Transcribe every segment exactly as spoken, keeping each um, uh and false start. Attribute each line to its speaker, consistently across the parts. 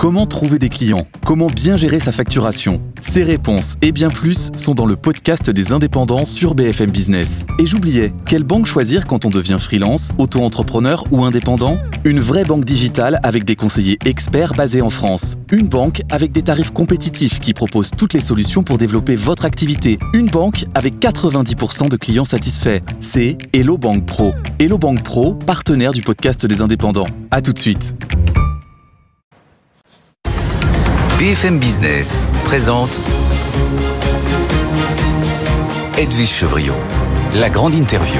Speaker 1: Comment trouver des clients ? Comment bien gérer sa facturation ? Ces réponses et bien plus sont dans le podcast des indépendants sur B F M Business. Et j'oubliais, quelle banque choisir quand on devient freelance, auto-entrepreneur ou indépendant ? Une vraie banque digitale avec des conseillers experts basés en France. Une banque avec des tarifs compétitifs qui propose toutes les solutions pour développer votre activité. Une banque avec quatre-vingt-dix pour cent de clients satisfaits. C'est Hello Bank Pro. Hello Bank Pro, partenaire du podcast des indépendants. À tout de suite.
Speaker 2: B F M Business présente Edwige Chevrillon, la grande interview.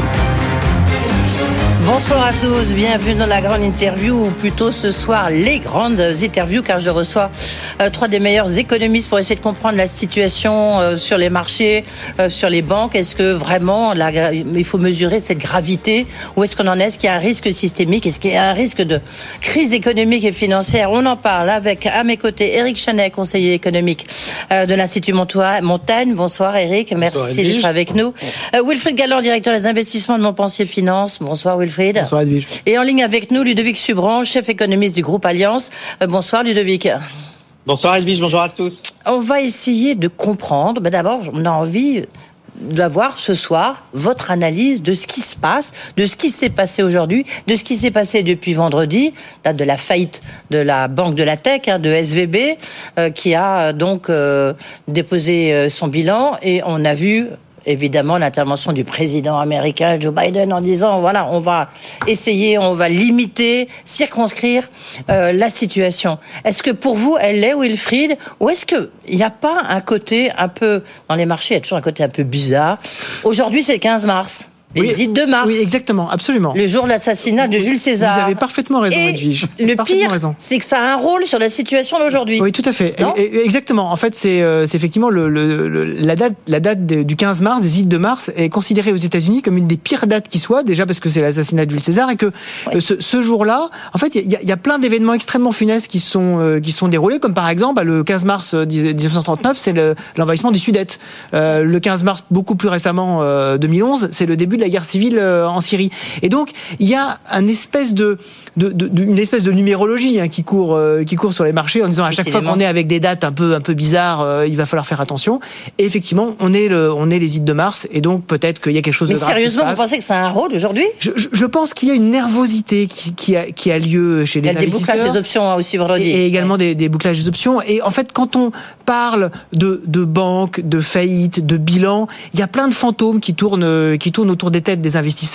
Speaker 3: Bonsoir à tous, bienvenue dans la grande interview, ou plutôt ce soir les grandes interviews, car je reçois euh, trois des meilleurs économistes pour essayer de comprendre la situation euh, sur les marchés, euh, sur les banques. Est-ce que vraiment la, il faut mesurer cette gravité, ou est-ce qu'on en est ? Est-ce qu'il y a un risque systémique ? Est-ce qu'il y a un risque de crise économique et financière ? On en parle avec, à mes côtés, Éric Chenet, conseiller économique euh, de l'Institut Montaigne. Bonsoir Éric, merci bonsoir, d'être avec nous. Euh, Wilfried Galland, directeur des investissements de Montpensier Finance. Bonsoir Wilfried.
Speaker 4: Bonsoir Edwige.
Speaker 3: Et en ligne avec nous, Ludovic Subran, chef économiste du groupe Allianz. Euh, bonsoir Ludovic.
Speaker 5: Bonsoir Edwige, bonjour à tous.
Speaker 3: On va essayer de comprendre, mais d'abord on a envie d'avoir ce soir votre analyse de ce qui se passe, de ce qui s'est passé aujourd'hui, de ce qui s'est passé depuis vendredi, date de la faillite de la banque de la tech, hein, de S V B, euh, qui a donc euh, déposé euh, son bilan, et on a vu évidemment l'intervention du président américain Joe Biden en disant voilà, on va essayer, on va limiter, circonscrire euh, la situation. Est-ce que pour vous elle l'est, Wilfried, ou est-ce que il n'y a pas un côté un peu, dans les marchés il y a toujours un côté un peu bizarre. Aujourd'hui c'est le quinze mars. Les
Speaker 4: oui,
Speaker 3: visites de mars.
Speaker 4: Oui, exactement, absolument.
Speaker 3: Le jour de l'assassinat de Jules César.
Speaker 4: Vous avez parfaitement raison,
Speaker 3: et
Speaker 4: Edwige.
Speaker 3: Le pire,
Speaker 4: raison.
Speaker 3: c'est que ça a un rôle sur la situation d'aujourd'hui.
Speaker 4: Oui, tout à fait. Et, et, exactement. En fait, c'est, euh, c'est effectivement le, le, le, la date, la date de, du quinze mars, des visites de mars, est considérée aux États-Unis comme une des pires dates qui soit, déjà parce que c'est l'assassinat de Jules César, et que ouais. euh, ce, ce jour-là, en fait, il y, y a plein d'événements extrêmement funestes qui sont euh, qui sont déroulés, comme par exemple le quinze mars dix-neuf cent trente-neuf, c'est le, l'envahissement des Sudètes. Euh, le quinze mars, beaucoup plus récemment, euh, deux mille onze, c'est le début de la guerre civile euh, en Syrie. Et donc, il y a un espèce de, de, de, de une espèce de numérologie hein, qui court, euh, qui court sur les marchés en disant à chaque fois qu'on est avec des dates un peu, un peu bizarres, euh, il va falloir faire attention. Et effectivement, on est le, on est les visites de mars, et donc peut-être qu'il y a quelque chose
Speaker 3: Mais
Speaker 4: de grave.
Speaker 3: Mais sérieusement, vous pensez que ça a un rôle aujourd'hui ?
Speaker 4: je, je, je pense qu'il y a une nervosité qui, qui, a, qui a lieu chez les investisseurs.
Speaker 3: Il y a des bouclages des options aussi vendredi.
Speaker 4: Et, et également ouais. des, des bouclages des options. Et en fait, quand on parle de, de banques, de faillites, de bilan, il y a plein de fantômes qui tournent, qui tournent autour des têtes des investisseurs.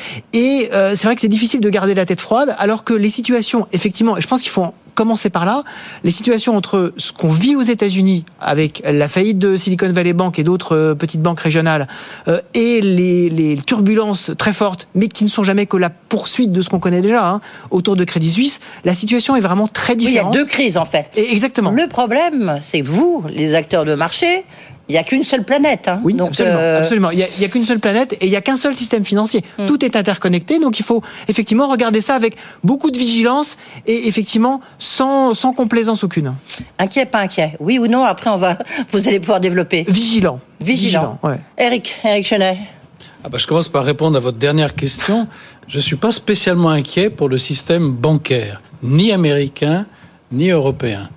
Speaker 4: Et euh, c'est vrai que c'est difficile de garder la tête froide, alors que les situations, effectivement, et je pense qu'il faut commencer par là, les situations entre ce qu'on vit aux États-Unis avec la faillite de Silicon Valley Bank et d'autres euh, petites banques régionales euh, et les, les turbulences très fortes, mais qui ne sont jamais que la poursuite de ce qu'on connaît déjà hein, autour de Crédit Suisse, la situation est vraiment très différente.
Speaker 3: Oui, il y a deux crises en fait.
Speaker 4: Et exactement.
Speaker 3: Le problème, c'est que vous, les acteurs de marché, il n'y a qu'une seule planète. Hein.
Speaker 4: Oui,
Speaker 3: donc,
Speaker 4: absolument.
Speaker 3: Euh...
Speaker 4: absolument. Il n'y a, a qu'une seule planète et il n'y a qu'un seul système financier. Hum. Tout est interconnecté, donc il faut effectivement regarder ça avec beaucoup de vigilance et effectivement sans, sans complaisance aucune.
Speaker 3: Inquiet, pas inquiet. Oui ou non, après on va, vous allez pouvoir développer.
Speaker 4: Vigilant.
Speaker 3: Vigilant. Vigilant ouais. Éric, Éric Chenet.
Speaker 6: Ah bah je commence par répondre à votre dernière question. Je ne suis pas spécialement inquiet pour le système bancaire, ni américain, ni européen.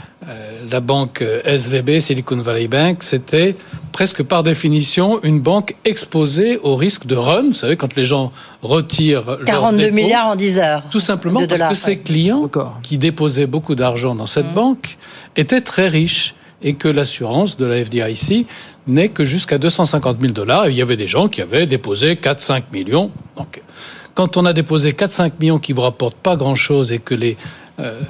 Speaker 6: La banque S V B, Silicon Valley Bank, c'était presque par définition une banque exposée au risque de run. Vous savez, quand les gens retirent
Speaker 3: quarante-deux
Speaker 6: leur dépôt,
Speaker 3: milliards en dix heures.
Speaker 6: Tout simplement parce
Speaker 3: dollars,
Speaker 6: que ces
Speaker 3: ouais.
Speaker 6: clients qui déposaient beaucoup d'argent dans cette mmh. banque étaient très riches et que l'assurance de la F D I C n'est que jusqu'à deux cent cinquante mille dollars. Et il y avait des gens qui avaient déposé quatre à cinq millions. Donc, quand on a déposé quatre à cinq millions qui ne vous rapportent pas grand-chose et que les... Euh,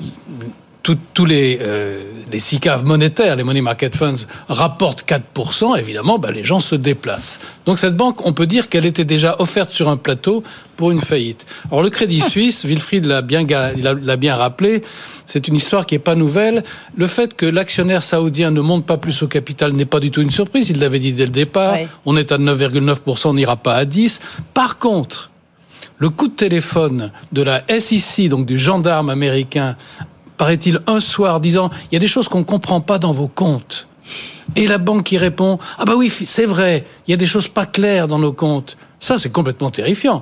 Speaker 6: tous les, euh, les S I C A V monétaires, les Money Market Funds, rapportent quatre pour cent, évidemment, ben, les gens se déplacent. Donc cette banque, on peut dire qu'elle était déjà offerte sur un plateau pour une faillite. Alors le Crédit Suisse, Wilfried l'a bien, l'a bien rappelé, c'est une histoire qui n'est pas nouvelle. Le fait que l'actionnaire saoudien ne monte pas plus au capital n'est pas du tout une surprise, il l'avait dit dès le départ, oui. On est à neuf virgule neuf pour cent, on n'ira pas à dix pour cent. Par contre, le coup de téléphone de la S E C, donc du gendarme américain, paraît-il, un soir, disant « Il y a des choses qu'on ne comprend pas dans vos comptes. » Et la banque qui répond « Ah bah oui, c'est vrai, il y a des choses pas claires dans nos comptes. » Ça, c'est complètement terrifiant.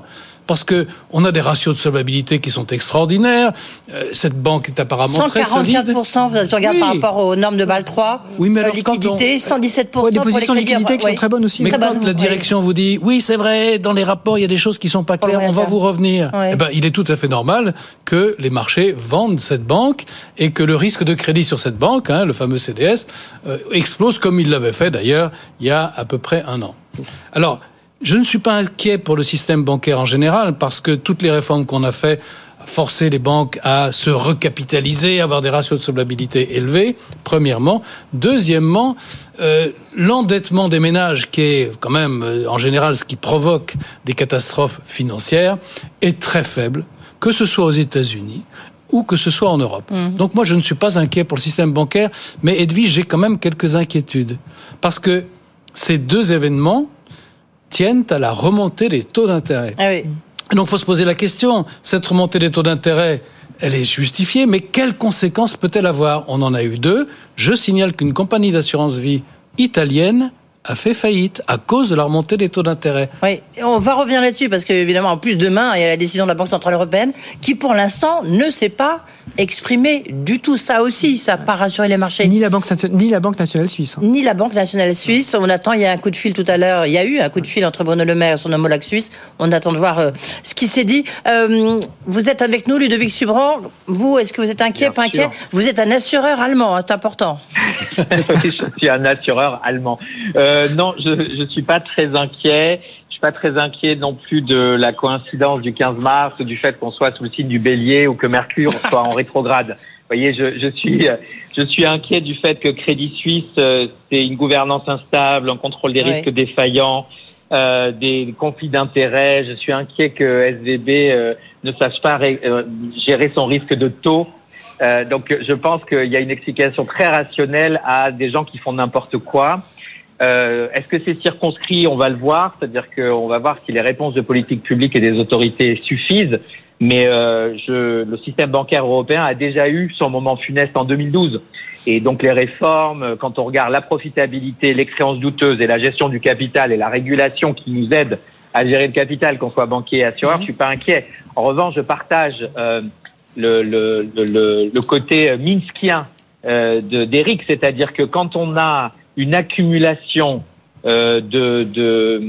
Speaker 6: parce que on a des ratios de solvabilité qui sont extraordinaires. Euh, cette banque est apparemment très solide.
Speaker 3: cent quarante-quatre pour cent, je regarde oui. par rapport aux normes de Bâle trois.
Speaker 6: Oui, mais alors,
Speaker 3: liquidité, on... cent dix-sept pour cent
Speaker 4: ouais, des
Speaker 3: pour
Speaker 4: positions
Speaker 3: les
Speaker 4: de liquidité qui sont
Speaker 3: oui.
Speaker 4: très bonnes aussi.
Speaker 6: Mais
Speaker 3: très
Speaker 6: quand
Speaker 3: bonne,
Speaker 6: la direction
Speaker 3: oui.
Speaker 6: vous dit oui, c'est vrai, dans les rapports il y a des choses qui sont pas claires, on va vous revenir. Oui. Eh ben, il est tout à fait normal que les marchés vendent cette banque et que le risque de crédit sur cette banque, hein, le fameux C D S, euh, explose comme il l'avait fait d'ailleurs il y a à peu près un an. Alors, je ne suis pas inquiet pour le système bancaire en général parce que toutes les réformes qu'on a fait forcer les banques à se recapitaliser, avoir des ratios de solvabilité élevés, premièrement. Deuxièmement, euh, l'endettement des ménages, qui est quand même, euh, en général, ce qui provoque des catastrophes financières, est très faible, que ce soit aux États-Unis ou que ce soit en Europe. Mmh. Donc moi, je ne suis pas inquiet pour le système bancaire, mais Edwige, j'ai quand même quelques inquiétudes. Parce que ces deux événements tiennent à la remontée des taux d'intérêt.
Speaker 3: Ah oui.
Speaker 6: Donc, il faut se poser la question, cette remontée des taux d'intérêt, elle est justifiée, mais quelles conséquences peut-elle avoir ? On en a eu deux. Je signale qu'une compagnie d'assurance vie italienne a fait faillite à cause de la remontée des taux d'intérêt.
Speaker 3: Oui, on va revenir là-dessus parce qu'évidemment, en plus, demain, il y a la décision de la Banque Centrale Européenne qui, pour l'instant, ne s'est pas exprimée du tout. Ça aussi, ça n'a pas rassuré les marchés.
Speaker 4: Ni la Banque, ni la Banque nationale suisse. Hein.
Speaker 3: Ni la Banque nationale suisse. On attend, il y a un coup de fil tout à l'heure, il y a eu un coup de fil entre Bruno Le Maire et son homologue suisse. On attend de voir euh, ce qui s'est dit. Euh, vous êtes avec nous, Ludovic Subran. Vous, est-ce que vous êtes inquiet, Bien pas sûr. inquiet ? Vous êtes un assureur allemand, hein, c'est important.
Speaker 5: Oui, je suis un assureur allemand. Euh, non, je ne suis pas très inquiet. Je suis pas très inquiet non plus de la coïncidence du quinze mars, du fait qu'on soit sous le signe du Bélier ou que Mercure soit en rétrograde. Vous voyez, je, je suis je suis inquiet du fait que Crédit Suisse, euh, c'est une gouvernance instable, un contrôle des risques oui. défaillants, euh, des conflits d'intérêts. Je suis inquiet que S V B euh, ne sache pas ré, euh, gérer son risque de taux. Euh, donc, je pense qu'il y a une explication très rationnelle à des gens qui font n'importe quoi. Euh, est-ce que c'est circonscrit ? On va le voir, c'est-à-dire qu'on va voir si les réponses de politique publique et des autorités suffisent. Mais euh, je, le système bancaire européen a déjà eu son moment funeste en deux mille douze. Et donc les réformes, quand on regarde la profitabilité, l'excréance douteuse et la gestion du capital et la régulation qui nous aide à gérer le capital, qu'on soit banquier et assureur, mmh. je suis pas inquiet. En revanche, je partage euh, le, le, le, le côté minskien euh, de, d'Éric, c'est-à-dire que quand on a une accumulation euh, de, de,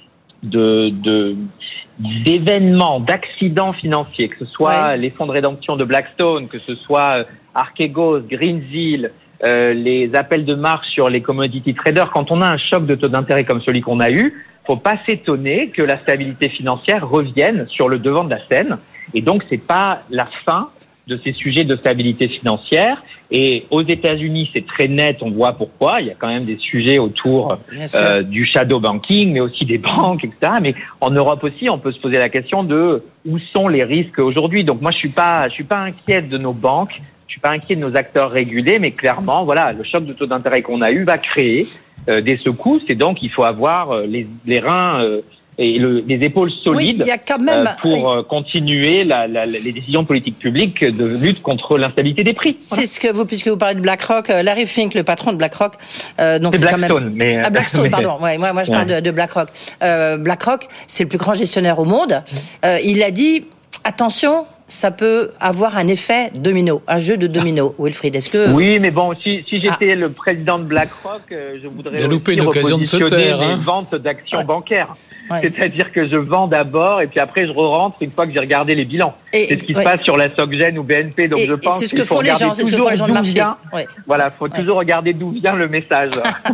Speaker 5: de, de, d'événements, d'accidents financiers, que ce soit ouais. les fonds de rédemption de Blackstone, que ce soit Archegos, Greensill, euh, les appels de marge sur les commodity traders, quand on a un choc de taux d'intérêt comme celui qu'on a eu, faut pas s'étonner que la stabilité financière revienne sur le devant de la scène. Et donc, c'est pas la fin de ces sujets de stabilité financière. Et aux États-Unis, c'est très net, on voit pourquoi. Il y a quand même des sujets autour euh, du shadow banking, mais aussi des banques, et cetera. Mais en Europe aussi, on peut se poser la question de où sont les risques aujourd'hui. Donc moi, je suis pas, je suis pas inquiète de nos banques, je suis pas inquiet de nos acteurs régulés, mais clairement, voilà, le choc de taux d'intérêt qu'on a eu va créer euh, des secousses, et donc il faut avoir euh, les, les reins euh, et le, les épaules solides
Speaker 3: oui, il y a quand même,
Speaker 5: euh, pour euh, continuer la, la, les décisions de politique publique de lutte contre l'instabilité des prix.
Speaker 3: Voilà. C'est ce que vous, puisque vous parlez de BlackRock, Larry Fink, le patron de BlackRock, euh, donc
Speaker 5: c'est Blackstone,
Speaker 3: quand même...
Speaker 5: mais
Speaker 3: ah, Blackstone,
Speaker 5: mais...
Speaker 3: pardon. Ouais, moi, moi, je parle ouais. de, de BlackRock. Euh, BlackRock, c'est le plus grand gestionnaire au monde. Euh, il a dit attention. Ça peut avoir un effet domino, un jeu de domino. Wilfried, est-ce que...
Speaker 5: Oui, mais bon, si, si j'étais ah. le président de BlackRock, euh, je voudrais aussi
Speaker 6: loupé une occasion de se taire,
Speaker 5: les
Speaker 6: hein.
Speaker 5: ventes d'actions ouais. bancaires.
Speaker 3: Ouais.
Speaker 5: C'est-à-dire que je vends d'abord et puis après je re-rentre une fois que j'ai regardé les bilans. Et, c'est ce qui ouais. se passe sur la SocGen ou B N P. Donc
Speaker 3: et,
Speaker 5: je pense
Speaker 3: c'est ce
Speaker 5: qu'il
Speaker 3: que
Speaker 5: faut
Speaker 3: font les
Speaker 5: regarder
Speaker 3: gens, c'est ce que
Speaker 5: toujours
Speaker 3: font les gens de marché.
Speaker 5: Vient,
Speaker 3: ouais.
Speaker 5: Voilà, faut ouais. toujours regarder d'où vient le message.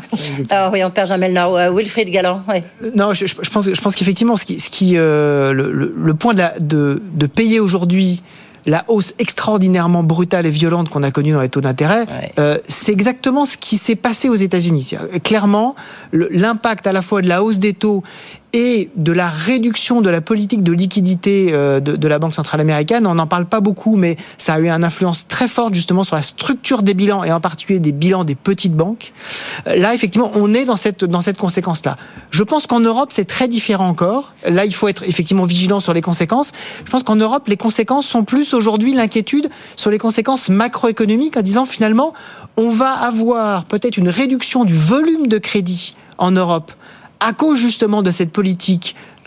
Speaker 3: Alors oui, on perd jamais le nord. Uh, Wilfried Galland. Ouais.
Speaker 4: Non, je, je pense, je pense qu'effectivement, ce qui, ce qui, euh, le, le, le point de, la, de, de payer aujourd'hui la hausse extraordinairement brutale et violente qu'on a connue dans les taux d'intérêt, ouais. euh, c'est exactement ce qui s'est passé aux États-Unis. C'est-à-dire, clairement, le, l'impact à la fois de la hausse des taux et de la réduction de la politique de liquidité euh, de, de la Banque centrale américaine, on n'en parle pas beaucoup, mais ça a eu une influence très forte justement sur la structure des bilans et en particulier des bilans des petites banques. Euh, là, effectivement, on est dans cette dans cette conséquence-là. Je pense qu'en Europe, c'est très différent encore. Là, il faut être effectivement vigilant sur les conséquences. Je pense qu'en Europe, les conséquences sont plus aujourd'hui l'inquiétude sur les conséquences macroéconomiques en disant finalement, on va avoir peut-être une réduction du volume de crédit en Europe à cause justement de cette politique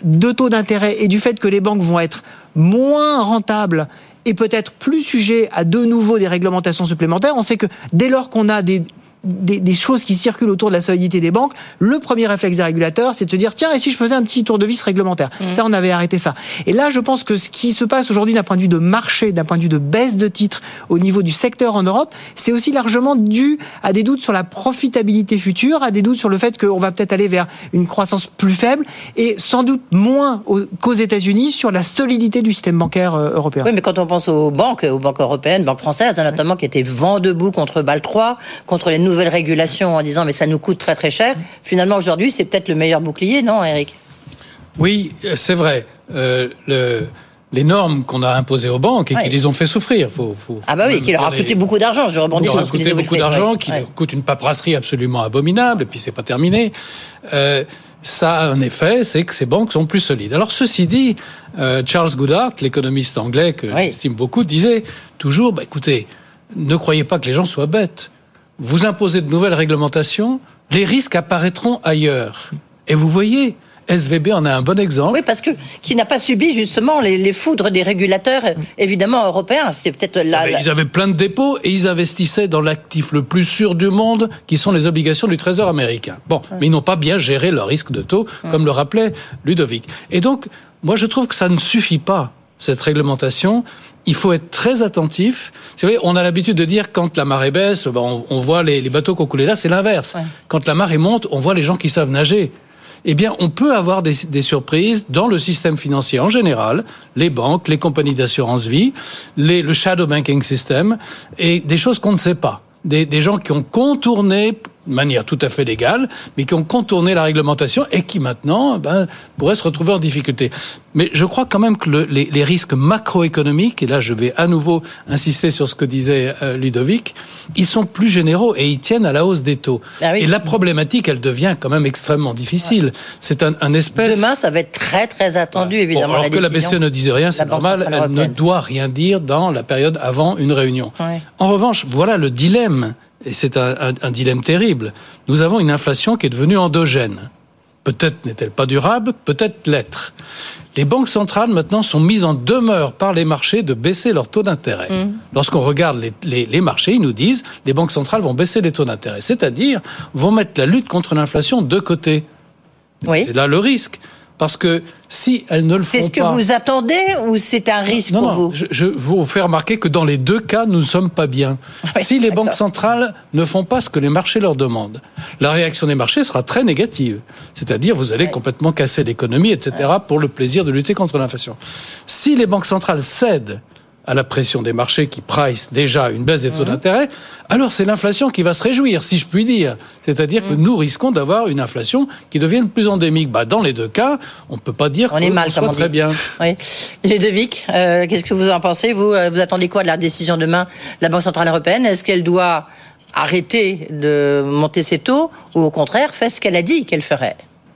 Speaker 4: de taux d'intérêt et du fait que les banques vont être moins rentables et peut-être plus sujets à de nouveau des réglementations supplémentaires, on sait que dès lors qu'on a des Des, des choses qui circulent autour de la solidité des banques, le premier réflexe des régulateurs, c'est de se dire tiens, et si je faisais un petit tour de vis réglementaire, mmh. ça on avait arrêté ça. Et là, je pense que ce qui se passe aujourd'hui d'un point de vue de marché, d'un point de vue de baisse de titres au niveau du secteur en Europe, c'est aussi largement dû à des doutes sur la profitabilité future, à des doutes sur le fait qu'on va peut-être aller vers une croissance plus faible et sans doute moins qu'aux États-Unis sur la solidité du système bancaire européen.
Speaker 3: Oui, mais quand on pense aux banques, aux banques européennes, banques françaises, notamment, qui étaient vent debout contre Bâle trois, contre les nouvelles régulations en disant mais ça nous coûte très très cher. Finalement aujourd'hui c'est peut-être le meilleur bouclier, non Eric ?
Speaker 6: Oui, c'est vrai. Euh, le, les normes qu'on a imposées aux banques et ouais. qui les ont fait souffrir. Faut, faut,
Speaker 3: ah bah oui, qui leur a coûté les... beaucoup d'argent. Je rebondis sur ce que vous
Speaker 6: coûté beaucoup d'argent,
Speaker 3: ouais.
Speaker 6: qui
Speaker 3: ouais.
Speaker 6: leur coûte une paperasserie absolument abominable. Et puis c'est pas terminé. Euh, ça a un effet, c'est que ces banques sont plus solides. Alors ceci dit, euh, Charles Goodhart, l'économiste anglais que oui. j'estime beaucoup, disait toujours bah, écoutez, ne croyez pas que les gens soient bêtes. Vous imposez de nouvelles réglementations, les risques apparaîtront ailleurs. Et vous voyez, S V B en a un bon exemple.
Speaker 3: Oui, parce que qui n'a pas subi justement les, les foudres des régulateurs, évidemment européens. C'est peut-être là.
Speaker 6: Ils avaient plein de dépôts et ils investissaient dans l'actif le plus sûr du monde, qui sont les obligations du Trésor américain. Bon, ouais. mais ils n'ont pas bien géré leur risque de taux, ouais. comme le rappelait Ludovic. Et donc, moi, je trouve que ça ne suffit pas, cette réglementation. Il faut être très attentif. Vous savez, on a l'habitude de dire quand la marée baisse, ben on, on voit les, les bateaux qui ont coulé. Là, c'est l'inverse. Ouais. Quand la marée monte, on voit les gens qui savent nager. Eh bien, on peut avoir des, des surprises dans le système financier en général, les banques, les compagnies d'assurance vie, les, le shadow banking system, et des choses qu'on ne sait pas. Des, des gens qui ont contourné de manière tout à fait légale, mais qui ont contourné la réglementation et qui maintenant ben, pourraient se retrouver en difficulté. Mais je crois quand même que le, les, les risques macroéconomiques, et là je vais à nouveau insister sur ce que disait euh, Ludovic, ils sont plus généraux et ils tiennent à la hausse des taux. Ah oui. Et la problématique, elle devient quand même extrêmement difficile. Ouais. C'est un, un espèce...
Speaker 3: Demain, ça va être très très attendu, ouais. évidemment. Bon,
Speaker 6: alors
Speaker 3: la
Speaker 6: que la B C E ne disait rien, c'est normal, elle ne doit rien dire dans la période avant une réunion. Ouais. En revanche, voilà le dilemme. Et c'est un, un, un dilemme terrible. Nous avons une inflation qui est devenue endogène. Peut-être n'est-elle pas durable, peut-être l'être. Les banques centrales, maintenant, sont mises en demeure par les marchés de baisser leur taux d'intérêt. Mmh. Lorsqu'on regarde les, les, les marchés, ils nous disent les banques centrales vont baisser les taux d'intérêt. C'est-à-dire, vont mettre la lutte contre l'inflation de côté. Oui. C'est là le risque. Parce que si elles ne le font pas...
Speaker 3: C'est ce que
Speaker 6: pas,
Speaker 3: vous attendez ou c'est un risque
Speaker 6: non,
Speaker 3: pour
Speaker 6: non,
Speaker 3: vous ?
Speaker 6: je, je vous fais remarquer que dans les deux cas, nous ne sommes pas bien. Oui, si les d'accord. banques centrales ne font pas ce que les marchés leur demandent, la réaction des marchés sera très négative. C'est-à-dire, vous allez oui. complètement casser l'économie, et cetera, oui. pour le plaisir de lutter contre l'inflation. Si les banques centrales cèdent à la pression des marchés qui price déjà une baisse des taux mmh. d'intérêt, alors c'est l'inflation qui va se réjouir, si je puis dire. C'est-à-dire mmh. que nous risquons d'avoir une inflation qui devienne plus endémique. Bah, dans les deux cas, on ne peut pas dire
Speaker 3: on
Speaker 6: qu'on
Speaker 3: est mal,
Speaker 6: soit très bien.
Speaker 3: Oui. Ludovic, euh, qu'est-ce que vous en pensez ? Vous, vous attendez quoi de la décision demain de la Banque Centrale Européenne ? Est-ce qu'elle doit arrêter de monter ses taux ou au contraire faire ce qu'elle a dit qu'elle ferait ?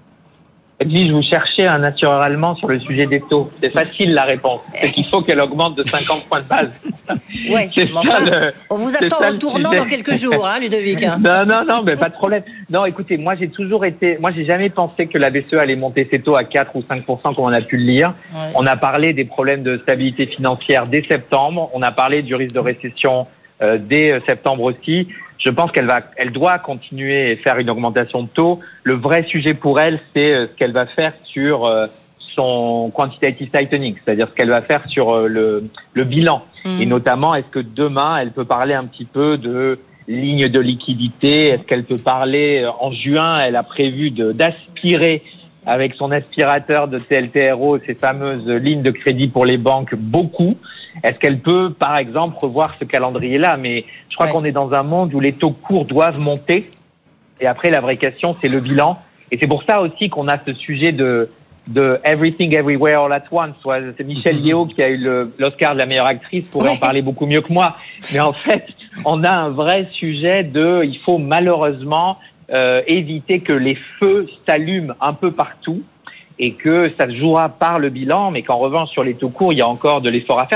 Speaker 5: Edwige, vous cherchez un assureur allemand sur le sujet des taux. C'est facile la réponse. C'est qu'il faut qu'elle augmente de cinquante points de base.
Speaker 3: Ouais, c'est ça enfin, le, on vous attend au tournant dans quelques jours, hein, Ludovic. Hein.
Speaker 5: Non, non, non, mais pas de problème. Non, écoutez, moi j'ai toujours été, moi j'ai jamais pensé que la B C E allait monter ses taux à quatre ou cinq pour cent comme on a pu le lire. Ouais. On a parlé des problèmes de stabilité financière dès septembre. On a parlé du risque de récession euh, dès septembre aussi. Je pense qu'elle va, elle doit continuer et faire une augmentation de taux. Le vrai sujet pour elle, c'est ce qu'elle va faire sur son quantitative tightening, c'est-à-dire ce qu'elle va faire sur le, le bilan. Mmh. Et notamment, est-ce que demain, elle peut parler un petit peu de ligne de liquidité ? Est-ce qu'elle peut parler, en juin, elle a prévu de, d'aspirer avec son aspirateur de T L T R O, ces fameuses lignes de crédit pour les banques, beaucoup. Est-ce qu'elle peut, par exemple, revoir ce calendrier-là ? Mais je crois ouais. qu'on est dans un monde où les taux courts doivent monter. Et après, la vraie question, c'est le bilan. Et c'est pour ça aussi qu'on a ce sujet de, de Everything Everywhere All at Once. C'est Michelle Yeoh qui a eu le, l'Oscar de la meilleure actrice, pourrait ouais. en parler beaucoup mieux que moi. Mais en fait, on a un vrai sujet de, il faut malheureusement euh, éviter que les feux s'allument un peu partout. Et que ça se jouera par le bilan, mais qu'en revanche, sur les taux courts, il y a encore de l'effort à faire. Parce que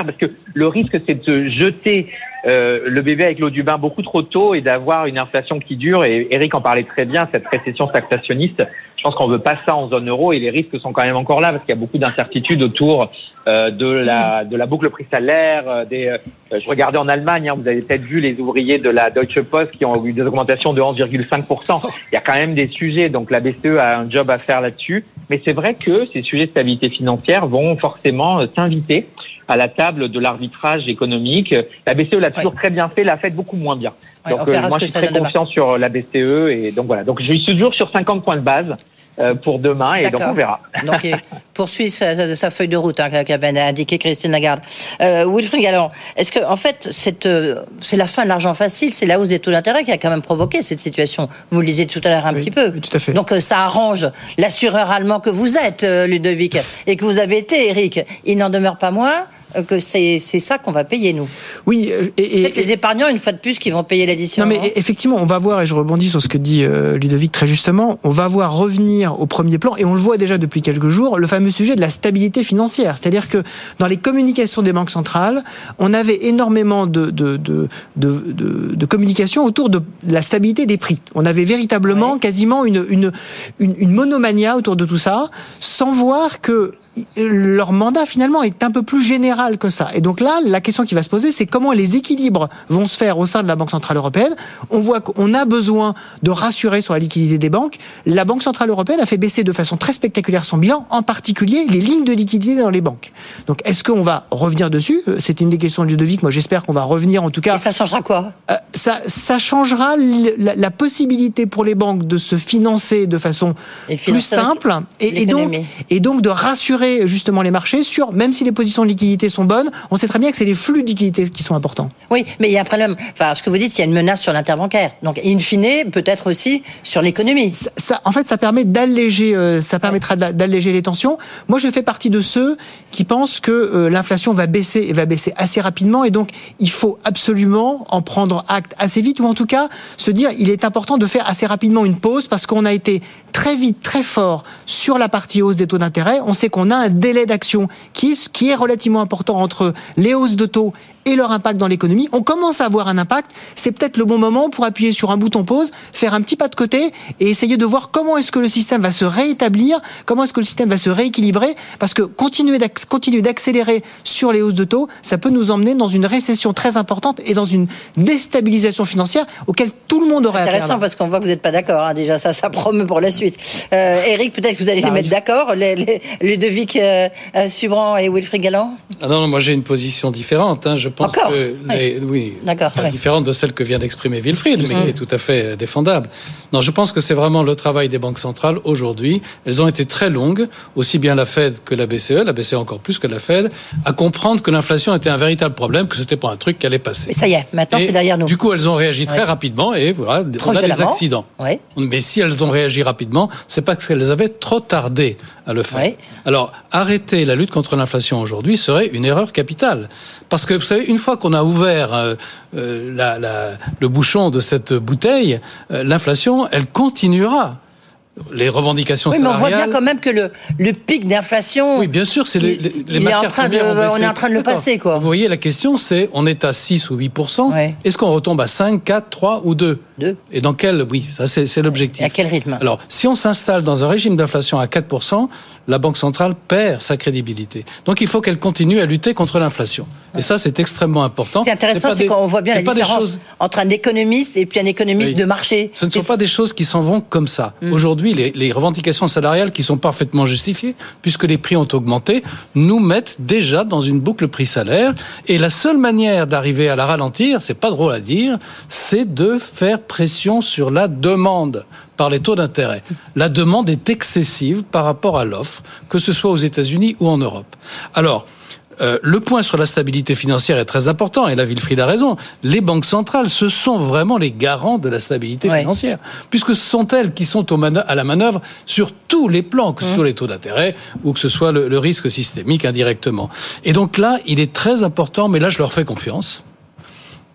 Speaker 5: le risque, c'est de jeter euh, le bébé avec l'eau du bain beaucoup trop tôt et d'avoir une inflation qui dure. Et Eric en parlait très bien, cette récession stagflationniste. Je pense qu'on veut pas ça en zone euro, et les risques sont quand même encore là parce qu'il y a beaucoup d'incertitudes autour euh, de la de la boucle prix salaire. Euh, des, euh, je regardais en Allemagne, hein, vous avez peut-être vu les ouvriers de la Deutsche Post qui ont eu des augmentations de onze virgule cinq pour cent. Il y a quand même des sujets, donc la B C E a un job à faire là-dessus. Mais c'est vrai que ces sujets de stabilité financière vont forcément euh, s'inviter à la table de l'arbitrage économique. La B C E l'a toujours ouais. très bien fait, l'a fait beaucoup moins bien.
Speaker 3: Ouais,
Speaker 5: donc euh, moi je suis très confiant sur la B C E, et donc voilà. Donc je suis toujours sur cinquante points de base euh, pour demain, et D'accord. donc on verra.
Speaker 3: Donc il poursuit sa, sa, sa feuille de route hein, qu'avait indiqué Christine Lagarde. Euh, Wilfried Galland, est-ce que en fait cette, euh, c'est la fin de l'argent facile, c'est la hausse des taux d'intérêt qui a quand même provoqué cette situation. Vous le disiez tout à l'heure un
Speaker 4: oui,
Speaker 3: petit peu.
Speaker 4: Oui, tout à fait.
Speaker 3: Donc euh, ça arrange l'assureur allemand que vous êtes, euh, Ludovic, et que vous avez été, Eric. Il n'en demeure pas moins que c'est, c'est ça qu'on va payer, nous.
Speaker 4: Oui, et, et
Speaker 3: les épargnants, une fois de plus, qui vont payer l'addition.
Speaker 4: Non, mais hein. effectivement, on va voir, et je rebondis sur ce que dit euh, Ludovic très justement, on va voir revenir au premier plan, et on le voit déjà depuis quelques jours, le fameux sujet de la stabilité financière. C'est-à-dire que dans les communications des banques centrales, on avait énormément de, de, de, de, de, de communication autour de la stabilité des prix. On avait véritablement ouais. quasiment une, une, une, une monomania autour de tout ça, sans voir que leur mandat finalement est un peu plus général que ça. Et donc là, la question qui va se poser, c'est comment les équilibres vont se faire au sein de la Banque Centrale Européenne. On voit qu'on a besoin de rassurer sur la liquidité des banques. La Banque Centrale Européenne a fait baisser de façon très spectaculaire son bilan, en particulier les lignes de liquidité dans les banques. Donc est-ce qu'on va revenir dessus ? C'est une des questions de Ludovic. Moi j'espère qu'on va revenir en tout cas.
Speaker 3: Et ça changera quoi ?
Speaker 4: euh, ça, ça changera la, la possibilité pour les banques de se financer de façon plus simple et, et, donc, et donc de rassurer justement les marchés sur, même si les positions de liquidité sont bonnes, on sait très bien que c'est les flux de liquidité qui sont importants.
Speaker 3: Oui, mais il y a un problème. Enfin, ce que vous dites, il y a une menace sur l'interbancaire. Donc, in fine, peut-être aussi sur l'économie.
Speaker 4: Ça, ça, en fait, ça permet d'alléger, euh, ça permettra d'alléger les tensions. Moi, je fais partie de ceux qui pensent que euh, l'inflation va baisser et va baisser assez rapidement, et donc il faut absolument en prendre acte assez vite, ou en tout cas se dire, il est important de faire assez rapidement une pause, parce qu'on a été très vite, très fort sur la partie hausse des taux d'intérêt. On sait qu'on a un délai d'action qui est, qui est relativement important entre les hausses de taux et leur impact dans l'économie. On commence à avoir un impact. C'est peut-être le bon moment pour appuyer sur un bouton pause, faire un petit pas de côté et essayer de voir comment est-ce que le système va se réétablir, comment est-ce que le système va se rééquilibrer, parce que continuer, d'acc- continuer d'accélérer sur les hausses de taux, ça peut nous emmener dans une récession très importante et dans une déstabilisation financière auquel tout le monde aurait
Speaker 3: intéressant,
Speaker 4: à perdre.
Speaker 3: Parce qu'on voit que vous n'êtes pas d'accord. Hein, déjà, ça, ça promet pour la suite. Euh, Eric, peut-être que vous allez ça les arrive. mettre d'accord, les, les, Ludovic euh, euh, Subran et Wilfried Galland.
Speaker 6: Ah non, non, moi j'ai une position différente. Hein. Je pense
Speaker 3: Encore
Speaker 6: que les, oui, D'accord, oui. différente de celle que vient d'exprimer Wilfried, mais qui est tout à fait défendable. Non, je pense que c'est vraiment le travail des banques centrales aujourd'hui. Elles ont été très longues, aussi bien la Fed que la B C E, la B C E encore plus que la Fed, à comprendre que l'inflation était un véritable problème, que c'était pas un truc qui allait passer.
Speaker 3: Mais ça y est, maintenant
Speaker 6: et
Speaker 3: c'est derrière nous.
Speaker 6: Du coup, elles ont réagi très ouais. rapidement et voilà, trop on a des accidents.
Speaker 3: Ouais.
Speaker 6: Mais si elles ont réagi rapidement, c'est parce qu'elles avaient trop tardé à le faire. Ouais. Alors, arrêter la lutte contre l'inflation aujourd'hui serait une erreur capitale. Parce que, vous savez, une fois qu'on a ouvert euh, euh, la, la, le bouchon de cette bouteille, euh, l'inflation, elle continuera. Les revendications
Speaker 3: oui,
Speaker 6: salariales...
Speaker 3: Oui, mais on voit bien quand même que le, le pic d'inflation...
Speaker 6: Oui, bien sûr, c'est les, les, les
Speaker 3: il
Speaker 6: matières
Speaker 3: est en train
Speaker 6: premières
Speaker 3: de, On est en train de le passer, quoi.
Speaker 6: Vous voyez, la question, c'est, on est à six ou huit pour cent. Ouais. Est-ce qu'on retombe à cinq, quatre, trois ou deux ?
Speaker 3: deux.
Speaker 6: Et dans quel... Oui, ça, c'est, c'est l'objectif.
Speaker 3: Et à quel rythme ?
Speaker 6: Alors, si on s'installe dans un régime d'inflation à quatre pour cent, la Banque centrale perd sa crédibilité. Donc, il faut qu'elle continue à lutter contre l'inflation. Ouais. Et ça, c'est extrêmement important.
Speaker 3: C'est intéressant, c'est, c'est des, qu'on voit bien la différence choses... entre un économiste et puis un économiste oui. de marché.
Speaker 6: Ce ne sont et pas c'est... des choses qui s'en vont comme ça. Mmh. Aujourd'hui, les, les revendications salariales qui sont parfaitement justifiées, puisque les prix ont augmenté, nous mettent déjà dans une boucle prix-salaire. Et la seule manière d'arriver à la ralentir, c'est pas drôle à dire, c'est de faire pression sur la demande par les taux d'intérêt. La demande est excessive par rapport à l'offre, que ce soit aux États-Unis ou en Europe. Alors, Euh, le point sur la stabilité financière est très important, et là, Wilfried a raison. Les banques centrales, ce sont vraiment les garants de la stabilité ouais. financière, puisque ce sont elles qui sont au mano- à la manœuvre sur tous les plans, que ce mmh. soit les taux d'intérêt ou que ce soit le, le risque systémique indirectement. Et donc là, il est très important, mais là, je leur fais confiance,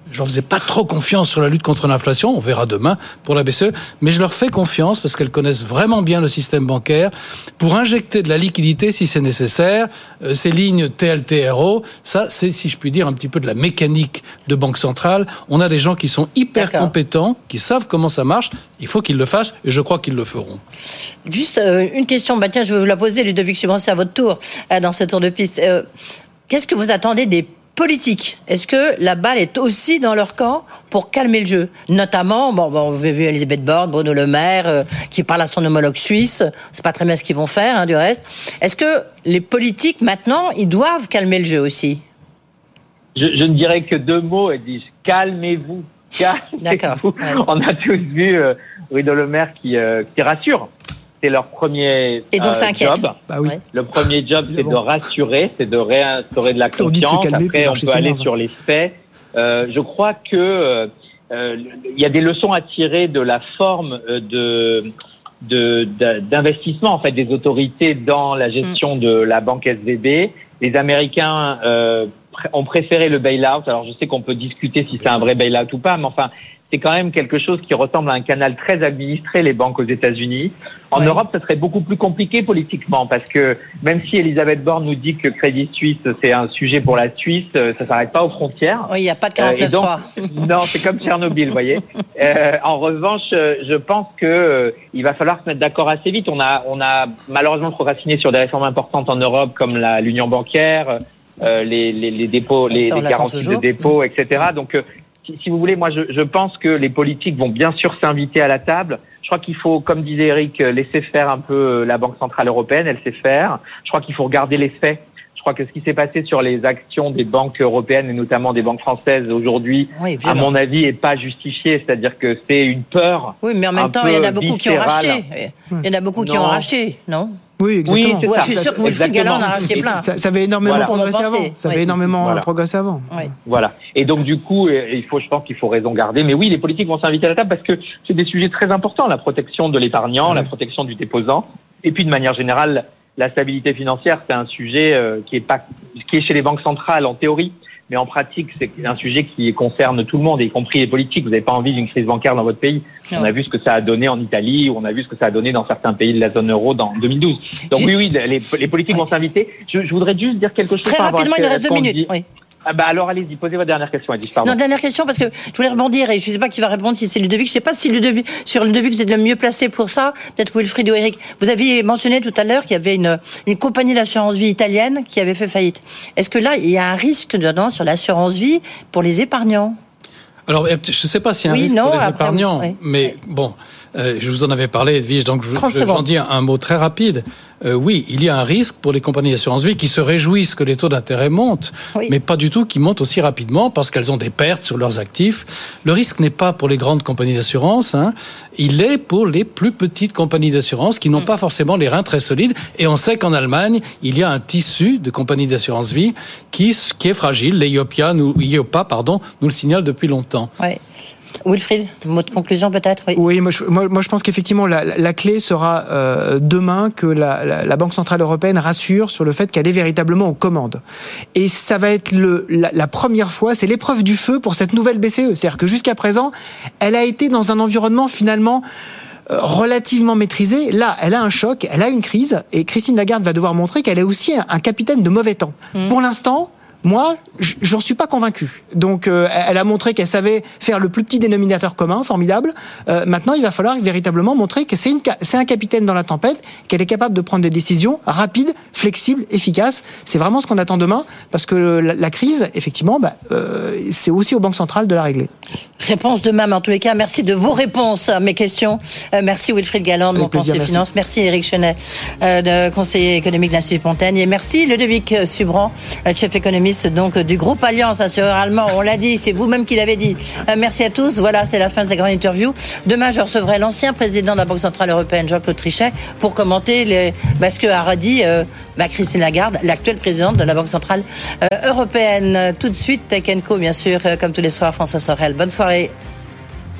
Speaker 6: j'en faisais pas trop confiance sur la lutte contre l'inflation, on verra demain pour la B C E, mais je leur fais confiance parce qu'elles connaissent vraiment bien le système bancaire pour injecter de la liquidité si c'est nécessaire. Euh, ces lignes T L T R O, ça c'est, si je puis dire, un petit peu de la mécanique de banque centrale. On a des gens qui sont hyper D'accord. compétents, qui savent comment ça marche, il faut qu'ils le fassent et je crois qu'ils le feront.
Speaker 3: Juste euh, une question, bah tiens, je vais vous la poser, Ludovic Subran, à votre tour, euh, dans ce tour de piste. Euh, qu'est-ce que vous attendez des politiques? Est-ce que la balle est aussi dans leur camp pour calmer le jeu? Notamment, bon, bon vous avez vu Elisabeth Borne, Bruno Le Maire, euh, qui parle à son homologue suisse. C'est pas très bien ce qu'ils vont faire, hein, du reste. Est-ce que les politiques, maintenant, ils doivent calmer le jeu aussi?
Speaker 5: je, je ne dirais que deux mots, elles disent « calmez-vous ». Calmez-vous.
Speaker 3: D'accord. Ouais.
Speaker 5: On a tous vu euh, Bruno Le Maire qui, euh, qui rassure. C'est leur premier
Speaker 3: Et donc,
Speaker 5: euh, job.
Speaker 4: Bah oui.
Speaker 5: Le premier job, c'est de rassurer, c'est de réinstaurer de la confiance.
Speaker 4: Calmer,
Speaker 5: Après, on peut aller nerfs. sur les faits. Euh, je crois que euh, il y a des leçons à tirer de la forme de, de, de d'investissement en fait des autorités dans la gestion mm. de la banque S V B. Les Américains euh, ont préféré le bail-out. Alors, je sais qu'on peut discuter si c'est un vrai bail-out ou pas, mais enfin. C'est quand même quelque chose qui ressemble à un canal très administré, les banques aux États-Unis. En ouais. Europe, ça serait beaucoup plus compliqué politiquement parce que même si Elisabeth Borne nous dit que Crédit Suisse, c'est un sujet pour la Suisse, ça s'arrête pas aux frontières.
Speaker 3: Oui, il n'y a pas de quarante-neuf trois.
Speaker 5: Euh, non, c'est comme Tchernobyl, vous voyez. Euh, en revanche, je pense que euh, il va falloir se mettre d'accord assez vite. On a, on a malheureusement procrastiné sur des réformes importantes en Europe comme la, l'union bancaire, euh, les, les, les dépôts, les, les garanties de dépôt, et cetera. Donc, euh, Si, si vous voulez, moi, je, je pense que les politiques vont bien sûr s'inviter à la table. Je crois qu'il faut, comme disait Eric, laisser faire un peu la Banque Centrale Européenne. Elle sait faire. Je crois qu'il faut regarder les faits. Je crois que ce qui s'est passé sur les actions des banques européennes et notamment des banques françaises aujourd'hui, oui, à mon avis, est pas justifié. C'est-à-dire que c'est une peur.
Speaker 3: Oui, mais en même temps, il y en a beaucoup qui ont racheté. Il y en a beaucoup qui ont racheté, non?
Speaker 4: Oui, exactement.
Speaker 5: Oui,
Speaker 3: ouais, je suis sûr que Wilfried Galland en a racheté plein.
Speaker 4: Ça, ça avait énormément voilà. progressé avant. Ça avait oui. énormément voilà. progressé avant.
Speaker 5: Oui. Voilà. Et donc, du coup, il faut, je pense qu'il faut raison garder. Mais oui, les politiques vont s'inviter à la table parce que c'est des sujets très importants. La protection de l'épargnant, oui. la protection du déposant. Et puis, de manière générale, la stabilité financière, c'est un sujet euh, qui est pas, qui est chez les banques centrales en théorie. Mais en pratique, c'est un sujet qui concerne tout le monde, y compris les politiques. Vous n'avez pas envie d'une crise bancaire dans votre pays. Non. On a vu ce que ça a donné en Italie, ou on a vu ce que ça a donné dans certains pays de la zone euro dans deux mille douze. Donc oui, oui, les, les politiques ouais. vont s'inviter. Je, je voudrais juste dire quelque chose.
Speaker 3: Très
Speaker 5: par
Speaker 3: rapidement, il nous reste deux minutes.
Speaker 5: Dit.
Speaker 3: Oui.
Speaker 5: Ah bah alors allez-y, posez votre dernière question, Edith, pardon.
Speaker 3: Non, dernière question, parce que je voulais rebondir, et je ne sais pas qui va répondre, si c'est Ludovic. Je ne sais pas si Ludovic, sur Ludovic, vous êtes le mieux placé pour ça. Peut-être Wilfried ou Eric. Vous aviez mentionné tout à l'heure qu'il y avait une, une compagnie d'assurance vie italienne qui avait fait faillite. Est-ce que là, il y a un risque dedans sur l'assurance vie pour les épargnants?
Speaker 6: Alors, je ne sais pas s'il y a un oui, risque non, pour les après, épargnants, oui. mais bon, euh, je vous en avais parlé, Edwige, donc je, je, j'en dis un, un mot très rapide. Euh, oui, il y a un risque pour les compagnies d'assurance vie qui se réjouissent que les taux d'intérêt montent, oui. mais pas du tout qu'ils montent aussi rapidement parce qu'elles ont des pertes sur leurs actifs. Le risque n'est pas pour les grandes compagnies d'assurance, hein, il est pour les plus petites compagnies d'assurance qui n'ont mmh. pas forcément les reins très solides. Et on sait qu'en Allemagne, il y a un tissu de compagnies d'assurance vie qui, qui est fragile. Les IOPA, nous, IOPA pardon, nous le signalent depuis longtemps.
Speaker 3: Oui. Wilfried, mot de conclusion peut-être? Oui,
Speaker 4: oui moi, je, moi, moi je pense qu'effectivement la, la clé sera euh, demain que la, la, la Banque Centrale Européenne rassure sur le fait qu'elle est véritablement aux commandes. Et ça va être le, la, la première fois, c'est l'épreuve du feu pour cette nouvelle B C E. C'est-à-dire que jusqu'à présent, elle a été dans un environnement finalement euh, relativement maîtrisé. Là, elle a un choc, elle a une crise, et Christine Lagarde va devoir montrer qu'elle est aussi un, un capitaine de mauvais temps. Mmh. Pour l'instant, moi, j'en suis pas convaincu. Donc, euh, elle a montré qu'elle savait faire le plus petit dénominateur commun, formidable. Euh, maintenant, il va falloir véritablement montrer que c'est, une, c'est un capitaine dans la tempête, qu'elle est capable de prendre des décisions rapides, flexibles, efficaces. C'est vraiment ce qu'on attend demain, parce que la, la crise, effectivement, bah, euh, c'est aussi aux banques centrales de la régler.
Speaker 3: Réponse demain, mais en tous les cas, merci de vos réponses à mes questions. Euh, merci Wilfried Galland, mon conseiller finance. Merci Éric Chenet, euh, de conseiller économique de l'Institut Montaigne. Et merci Ludovic Subran, euh, chef économiste donc du groupe Allianz Assureur Allemand. On l'a dit, c'est vous-même qui l'avez dit. Euh, merci à tous. Voilà, c'est la fin de cette grande interview. Demain, je recevrai l'ancien président de la Banque Centrale Européenne, Jean-Claude Trichet, pour commenter les, bah, ce que a dit euh, bah, Christine Lagarde, l'actuelle présidente de la Banque Centrale euh, Européenne. Tout de suite, Tech and Co, bien sûr, euh, comme tous les soirs, François Sorel. Bonne soirée.